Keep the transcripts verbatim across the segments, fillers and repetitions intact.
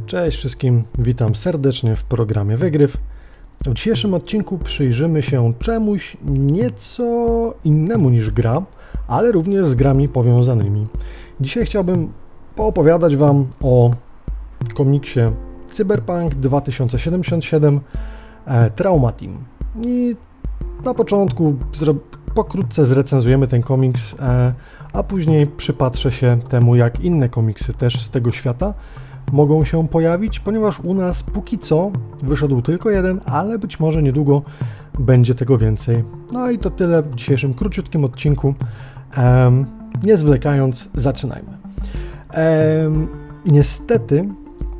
Cześć wszystkim, witam serdecznie w programie Wygryw. W dzisiejszym odcinku przyjrzymy się czemuś nieco innemu niż gra, ale również z grami powiązanymi. Dzisiaj chciałbym poopowiadać Wam o komiksie Cyberpunk dwa tysiące siedemdziesiąt siedem e, Trauma Team. I na początku zro- pokrótce zrecenzujemy ten komiks, e, a później przypatrzę się temu, jak inne komiksy też z tego świata mogą się pojawić, ponieważ u nas póki co wyszedł tylko jeden, ale być może niedługo będzie tego więcej. No i to tyle w dzisiejszym króciutkim odcinku. Um, nie zwlekając, zaczynajmy. Um, niestety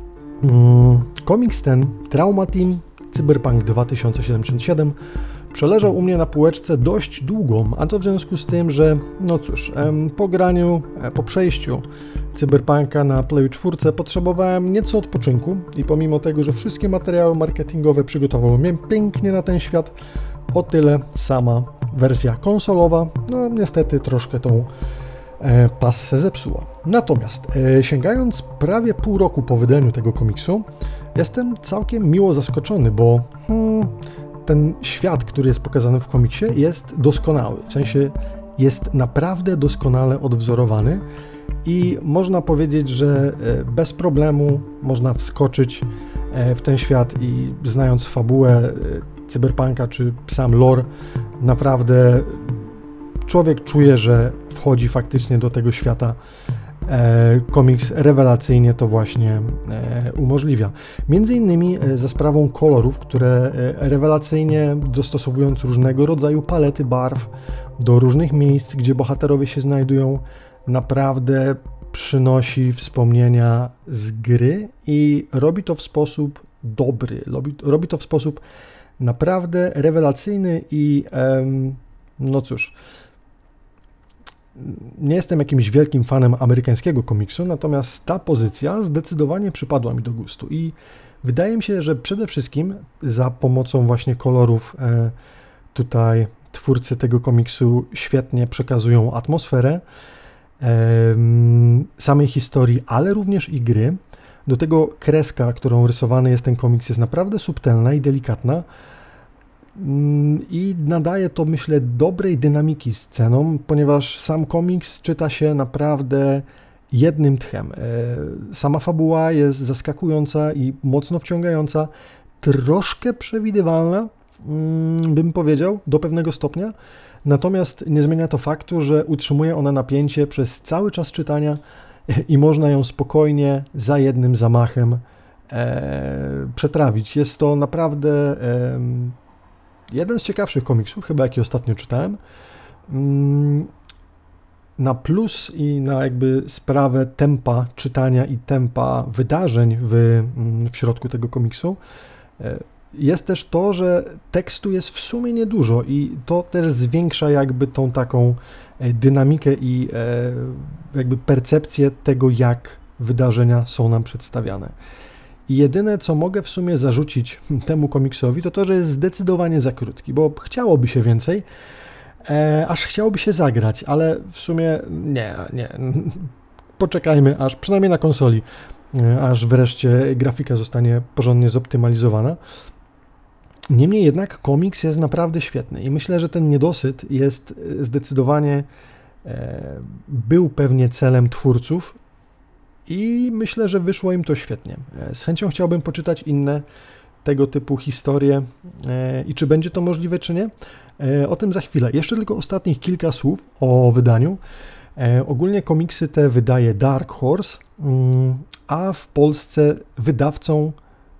um, komiks ten, Trauma Team, Cyberpunk dwa tysiące siedemdziesiąt siedem, przeleżał u mnie na półeczce dość długo, a to w związku z tym, że no cóż, po graniu, po przejściu Cyberpunka na Playu cztery potrzebowałem nieco odpoczynku i pomimo tego, że wszystkie materiały marketingowe przygotowały mnie pięknie na ten świat, o tyle sama wersja konsolowa, no niestety troszkę tą e, passę zepsuła. Natomiast e, sięgając prawie pół roku po wydaniu tego komiksu, jestem całkiem miło zaskoczony, bo hmm, ten świat, który jest pokazany w komiksie, jest doskonały. W sensie jest naprawdę doskonale odwzorowany i można powiedzieć, że bez problemu można wskoczyć w ten świat i znając fabułę Cyberpunka czy sam lore, naprawdę człowiek czuje, że wchodzi faktycznie do tego świata. E, komiks rewelacyjnie to właśnie e, umożliwia. Między innymi e, za sprawą kolorów, które e, rewelacyjnie dostosowując różnego rodzaju palety barw do różnych miejsc, gdzie bohaterowie się znajdują, naprawdę przynosi wspomnienia z gry i robi to w sposób dobry, robi, robi to w sposób naprawdę rewelacyjny i e, no cóż, nie jestem jakimś wielkim fanem amerykańskiego komiksu, natomiast ta pozycja zdecydowanie przypadła mi do gustu i wydaje mi się, że przede wszystkim za pomocą właśnie kolorów e, tutaj twórcy tego komiksu świetnie przekazują atmosferę e, samej historii, ale również i gry. Do tego kreska, którą rysowany jest ten komiks, jest naprawdę subtelna i delikatna. I nadaje to, myślę, dobrej dynamiki scenom, ponieważ sam komiks czyta się naprawdę jednym tchem. Sama fabuła jest zaskakująca i mocno wciągająca, troszkę przewidywalna, bym powiedział, do pewnego stopnia, natomiast nie zmienia to faktu, że utrzymuje ona napięcie przez cały czas czytania i można ją spokojnie za jednym zamachem e, przetrawić. Jest to naprawdę e, jeden z ciekawszych komiksów, chyba jaki ostatnio czytałem. Na plus i na jakby sprawę tempa czytania i tempa wydarzeń w, w środku tego komiksu jest też to, że tekstu jest w sumie niedużo i to też zwiększa jakby tą taką dynamikę i jakby percepcję tego, jak wydarzenia są nam przedstawiane. I jedyne, co mogę w sumie zarzucić temu komiksowi, to to, że jest zdecydowanie za krótki, bo chciałoby się więcej, e, aż chciałoby się zagrać, ale w sumie nie, nie. Poczekajmy, aż przynajmniej na konsoli, e, aż wreszcie grafika zostanie porządnie zoptymalizowana. Niemniej jednak komiks jest naprawdę świetny i myślę, że ten niedosyt jest zdecydowanie, e, był pewnie celem twórców, i myślę, że wyszło im to świetnie. Z chęcią chciałbym poczytać inne tego typu historie i czy będzie to możliwe, czy nie. O tym za chwilę. Jeszcze tylko ostatnich kilka słów o wydaniu. Ogólnie komiksy te wydaje Dark Horse, a w Polsce wydawcą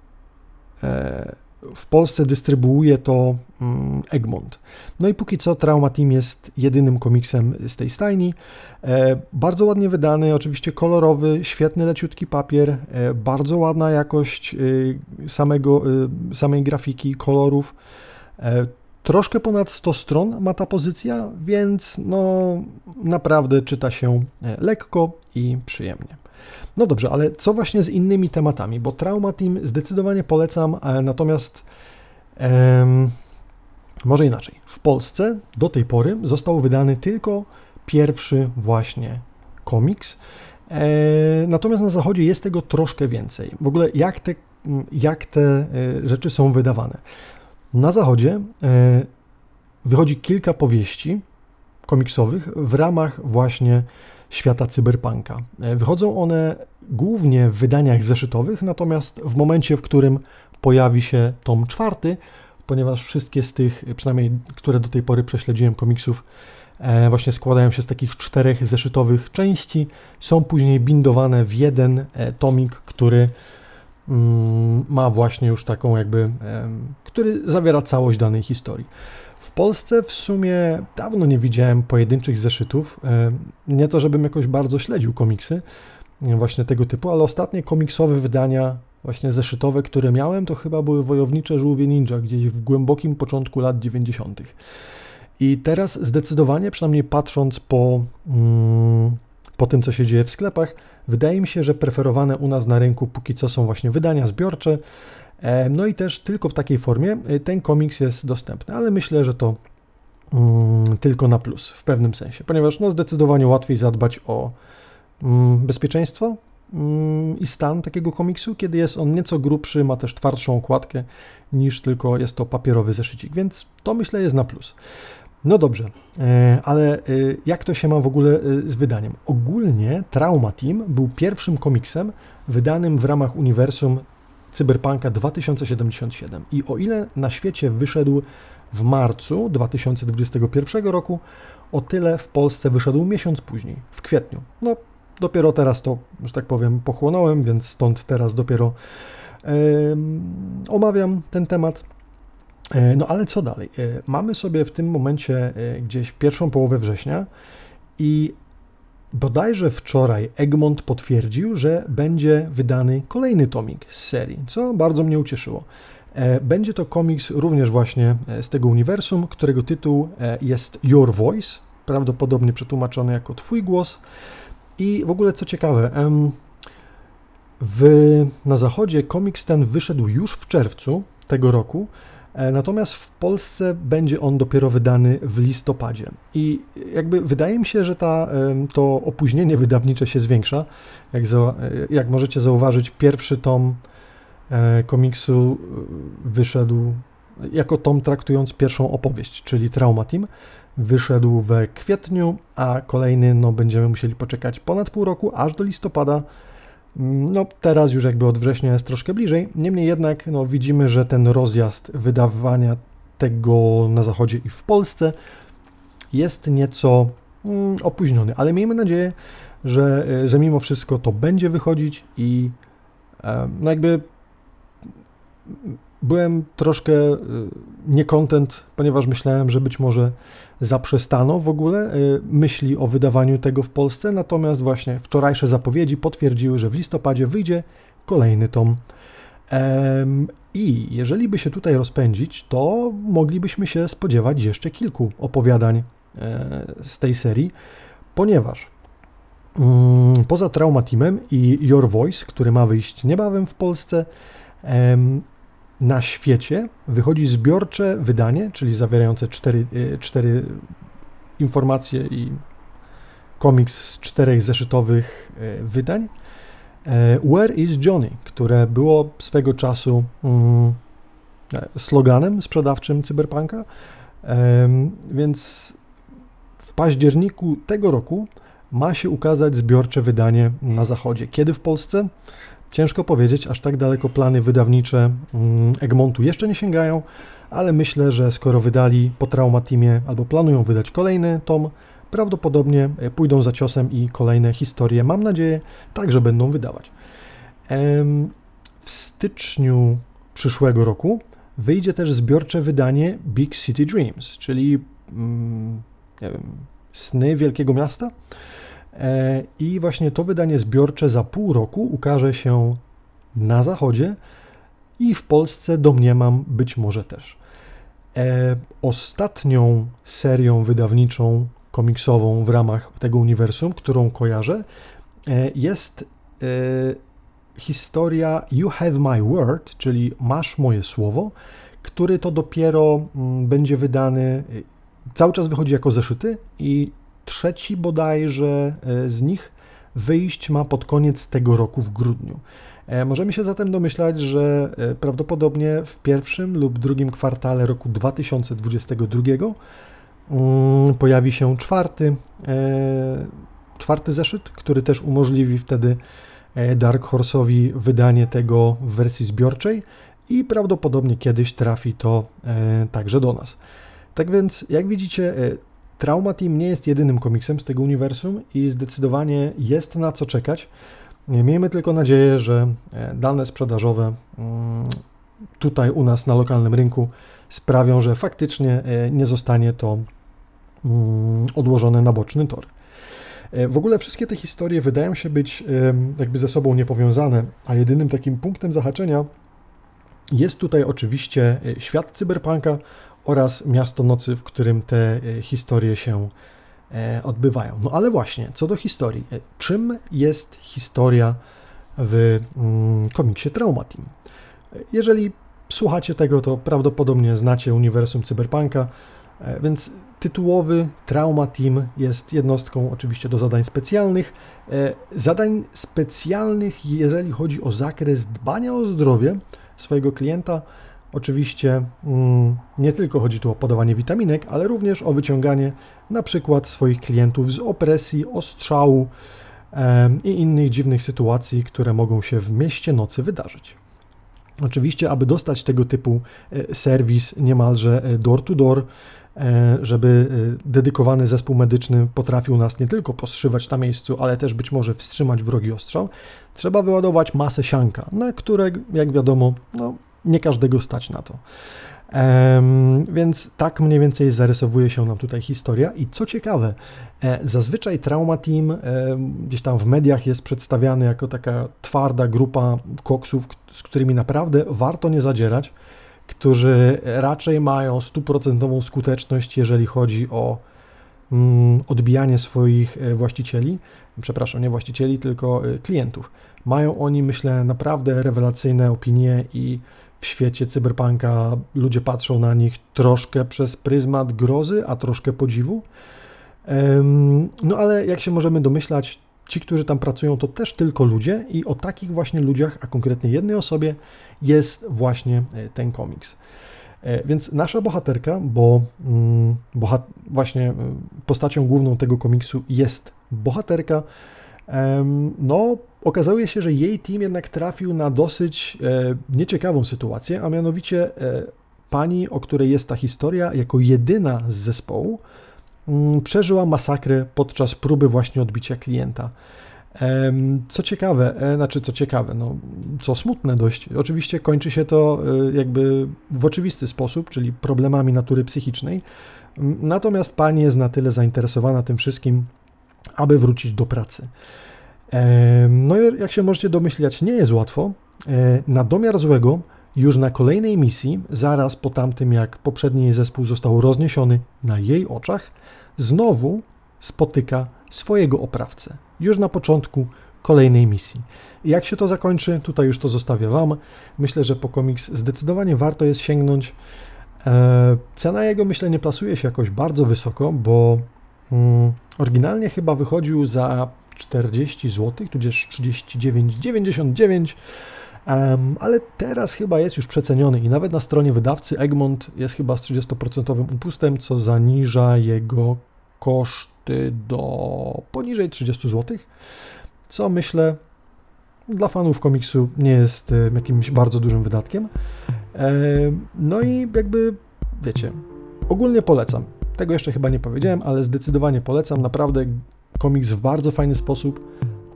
w Polsce dystrybuuje to Egmont. No i póki co Trauma Team jest jedynym komiksem z tej stajni. E, bardzo ładnie wydany, oczywiście kolorowy, świetny, leciutki papier, e, bardzo ładna jakość e, samego, e, samej grafiki, kolorów. E, troszkę ponad sto stron ma ta pozycja, więc no naprawdę czyta się lekko i przyjemnie. No dobrze, ale co właśnie z innymi tematami, bo Trauma Team zdecydowanie polecam, natomiast em, może inaczej. W Polsce do tej pory został wydany tylko pierwszy właśnie komiks Natomiast na zachodzie jest tego troszkę więcej. W ogóle jak te, jak te rzeczy są wydawane. Na zachodzie wychodzi kilka powieści komiksowych w ramach właśnie świata cyberpunka. Wychodzą one głównie w wydaniach zeszytowych, natomiast w momencie, w którym pojawi się tom czwarty, ponieważ wszystkie z tych, przynajmniej które do tej pory prześledziłem komiksów, właśnie składają się z takich czterech zeszytowych części, są później bindowane w jeden tomik, który ma właśnie już taką jakby, który zawiera całość danej historii. W Polsce w sumie dawno nie widziałem pojedynczych zeszytów, nie to żebym jakoś bardzo śledził komiksy właśnie tego typu, ale ostatnie komiksowe wydania właśnie zeszytowe, które miałem, to chyba były Wojownicze Żółwie Ninja, gdzieś w głębokim początku lat dziewięćdziesiątych. I teraz zdecydowanie, przynajmniej patrząc po, mm, po tym, co się dzieje w sklepach, wydaje mi się, że preferowane u nas na rynku póki co są właśnie wydania zbiorcze, no i też tylko w takiej formie ten komiks jest dostępny, ale myślę, że to mm, tylko na plus w pewnym sensie, ponieważ no, zdecydowanie łatwiej zadbać o mm, bezpieczeństwo mm, i stan takiego komiksu, kiedy jest on nieco grubszy, ma też twardszą okładkę niż tylko jest to papierowy zeszycik, więc to myślę jest na plus. No dobrze, ale jak to się ma w ogóle z wydaniem? Ogólnie Trauma Team był pierwszym komiksem wydanym w ramach uniwersum Cyberpunka dwa tysiące siedemdziesiąt siedem i o ile na świecie wyszedł w marcu dwa tysiące dwudziestego pierwszego roku, o tyle w Polsce wyszedł miesiąc później, w kwietniu. No dopiero teraz to, że tak powiem, pochłonąłem, więc stąd teraz dopiero yy, omawiam ten temat. No ale co dalej? Mamy sobie w tym momencie gdzieś pierwszą połowę września i bodajże wczoraj Egmont potwierdził, że będzie wydany kolejny tomik z serii, co bardzo mnie ucieszyło. Będzie to komiks również właśnie z tego uniwersum, którego tytuł jest Your Voice, prawdopodobnie przetłumaczony jako Twój głos. I w ogóle co ciekawe, w, na zachodzie komiks ten wyszedł już w czerwcu tego roku, natomiast w Polsce będzie on dopiero wydany w listopadzie i jakby wydaje mi się, że ta, to opóźnienie wydawnicze się zwiększa. Jak, za, jak możecie zauważyć, pierwszy tom komiksu wyszedł jako tom traktując pierwszą opowieść, czyli Trauma Team. Wyszedł we kwietniu, a kolejny no, będziemy musieli poczekać ponad pół roku, aż do listopada. No teraz już jakby od września jest troszkę bliżej, niemniej jednak no, widzimy, że ten rozjazd wydawania tego na zachodzie i w Polsce jest nieco mm, opóźniony, ale miejmy nadzieję, że, że mimo wszystko to będzie wychodzić i no jakby byłem troszkę niekontent, ponieważ myślałem, że być może zaprzestano w ogóle myśli o wydawaniu tego w Polsce, natomiast właśnie wczorajsze zapowiedzi potwierdziły, że w listopadzie wyjdzie kolejny tom. I jeżeli by się tutaj rozpędzić, to moglibyśmy się spodziewać jeszcze kilku opowiadań z tej serii, ponieważ poza Trauma Teamem i Your Voice, który ma wyjść niebawem w Polsce, na świecie wychodzi zbiorcze wydanie, czyli zawierające cztery, cztery informacje i komiks z czterech zeszytowych wydań. Where is Johnny, które było swego czasu mm, sloganem sprzedawczym Cyberpunka, więc w październiku tego roku ma się ukazać zbiorcze wydanie na zachodzie. Kiedy w Polsce? Ciężko powiedzieć, aż tak daleko plany wydawnicze Egmontu jeszcze nie sięgają, ale myślę, że skoro wydali po Trauma Teamie albo planują wydać kolejny tom, prawdopodobnie pójdą za ciosem i kolejne historie, mam nadzieję, także będą wydawać. W styczniu przyszłego roku wyjdzie też zbiorcze wydanie Big City Dreams, czyli nie wiem, Sny Wielkiego Miasta. I właśnie to wydanie zbiorcze za pół roku ukaże się na zachodzie i w Polsce domniemam być może też. E, ostatnią serią wydawniczą, komiksową w ramach tego uniwersum, którą kojarzę, e, jest e, historia You Have My Word, czyli Masz Moje Słowo, który to dopiero m, będzie wydany, cały czas wychodzi jako zeszyty i trzeci bodajże z nich wyjść ma pod koniec tego roku w grudniu. Możemy się zatem domyślać, że prawdopodobnie w pierwszym lub drugim kwartale roku dwa tysiące dwudziestego drugiego pojawi się czwarty, czwarty zeszyt, który też umożliwi wtedy Dark Horse'owi wydanie tego w wersji zbiorczej i prawdopodobnie kiedyś trafi to także do nas. Tak więc, jak widzicie, Trauma Team nie jest jedynym komiksem z tego uniwersum i zdecydowanie jest na co czekać. Miejmy tylko nadzieję, że dane sprzedażowe tutaj u nas na lokalnym rynku sprawią, że faktycznie nie zostanie to odłożone na boczny tor. W ogóle wszystkie te historie wydają się być jakby ze sobą niepowiązane, a jedynym takim punktem zahaczenia jest tutaj oczywiście świat cyberpunka oraz miasto nocy, w którym te historie się odbywają. No ale właśnie, co do historii. Czym jest historia w komiksie Trauma Team? Jeżeli słuchacie tego, to prawdopodobnie znacie uniwersum cyberpunka, więc tytułowy Trauma Team jest jednostką oczywiście do zadań specjalnych. Zadań specjalnych, jeżeli chodzi o zakres dbania o zdrowie swojego klienta. Oczywiście nie tylko chodzi tu o podawanie witaminek, ale również o wyciąganie na przykład swoich klientów z opresji, ostrzału i innych dziwnych sytuacji, które mogą się w mieście nocy wydarzyć. Oczywiście, aby dostać tego typu serwis niemalże door to door, żeby dedykowany zespół medyczny potrafił nas nie tylko postrzykać na miejscu, ale też być może wstrzymać wrogi ostrzał, trzeba wyładować masę sianka, na które, jak wiadomo, no, nie każdego stać na to. Ehm, więc tak mniej więcej zarysowuje się nam tutaj historia i co ciekawe, e, zazwyczaj Trauma Team e, gdzieś tam w mediach jest przedstawiany jako taka twarda grupa koksów, z którymi naprawdę warto nie zadzierać, którzy raczej mają stuprocentową skuteczność, jeżeli chodzi o mm, odbijanie swoich właścicieli, przepraszam, nie właścicieli, tylko klientów. Mają oni, myślę, naprawdę rewelacyjne opinie i w świecie cyberpunka ludzie patrzą na nich troszkę przez pryzmat grozy, a troszkę podziwu. No ale jak się możemy domyślać, ci, którzy tam pracują, to też tylko ludzie i o takich właśnie ludziach, a konkretnie jednej osobie, jest właśnie ten komiks. Więc nasza bohaterka, bo bohat- właśnie postacią główną tego komiksu jest bohaterka, no okazuje się, że jej team jednak trafił na dosyć nieciekawą sytuację, a mianowicie pani, o której jest ta historia, jako jedyna z zespołu przeżyła masakrę podczas próby właśnie odbicia klienta. Co ciekawe, znaczy co ciekawe, no co smutne dość, oczywiście kończy się to jakby w oczywisty sposób, czyli problemami natury psychicznej, natomiast pani jest na tyle zainteresowana tym wszystkim, aby wrócić do pracy. No i jak się możecie domyślać, nie jest łatwo. Na domiar złego, już na kolejnej misji, zaraz po tamtym jak poprzedni zespół został rozniesiony na jej oczach, znowu spotyka swojego oprawcę. Już na początku kolejnej misji. Jak się to zakończy, tutaj już to zostawię Wam. Myślę, że po komiks zdecydowanie warto jest sięgnąć. Cena jego, myślę, nie plasuje się jakoś bardzo wysoko, bo hmm, oryginalnie chyba wychodził za czterdzieści złotych, tudzież trzydzieści dziewięć dziewięćdziesiąt dziewięć, um, ale teraz chyba jest już przeceniony i nawet na stronie wydawcy Egmont jest chyba z trzydziestoprocentowym upustem, co zaniża jego koszty do poniżej trzydzieści złotych, co myślę dla fanów komiksu nie jest jakimś bardzo dużym wydatkiem. No i jakby, wiecie, ogólnie polecam. Tego jeszcze chyba nie powiedziałem, ale zdecydowanie polecam. Naprawdę komiks w bardzo fajny sposób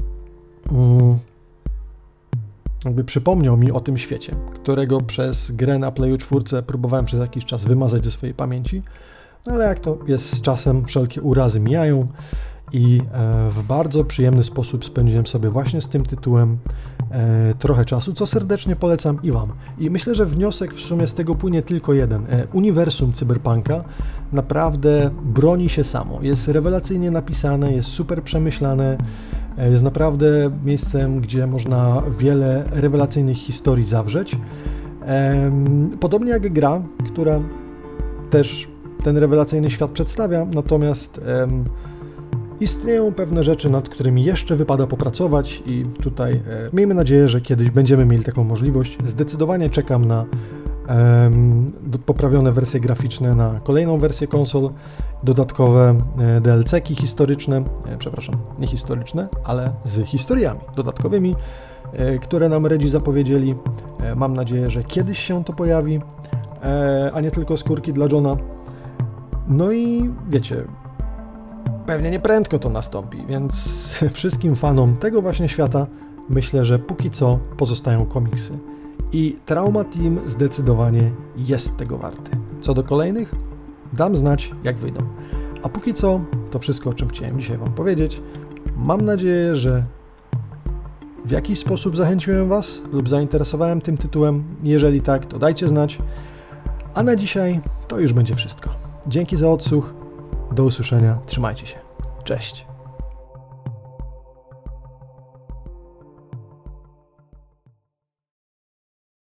jakby przypomniał mi o tym świecie, którego przez grę na Playu cztery próbowałem przez jakiś czas wymazać ze swojej pamięci, no ale jak to jest z czasem, wszelkie urazy mijają i w bardzo przyjemny sposób spędziłem sobie właśnie z tym tytułem trochę czasu, co serdecznie polecam i Wam. I myślę, że wniosek w sumie z tego płynie tylko jeden. Uniwersum cyberpunka naprawdę broni się samo. Jest rewelacyjnie napisane, jest super przemyślane, jest naprawdę miejscem, gdzie można wiele rewelacyjnych historii zawrzeć. Podobnie jak gra, która też ten rewelacyjny świat przedstawia, natomiast Istnieją pewne rzeczy, nad którymi jeszcze wypada popracować i tutaj e, miejmy nadzieję, że kiedyś będziemy mieli taką możliwość. Zdecydowanie czekam na e, poprawione wersje graficzne, na kolejną wersję konsol, dodatkowe e, D L C-ki historyczne, e, przepraszam, nie historyczne, ale z historiami dodatkowymi, e, które nam Redzi zapowiedzieli. E, mam nadzieję, że kiedyś się to pojawi, e, a nie tylko skórki dla Johna. No i wiecie, pewnie nieprędko to nastąpi, więc wszystkim fanom tego właśnie świata myślę, że póki co pozostają komiksy. I Trauma Team zdecydowanie jest tego warty. Co do kolejnych, dam znać, jak wyjdą. A póki co, to wszystko, o czym chciałem dzisiaj Wam powiedzieć. Mam nadzieję, że w jakiś sposób zachęciłem Was lub zainteresowałem tym tytułem. Jeżeli tak, to dajcie znać. A na dzisiaj to już będzie wszystko. Dzięki za odsłuch. Do usłyszenia. Trzymajcie się. Cześć.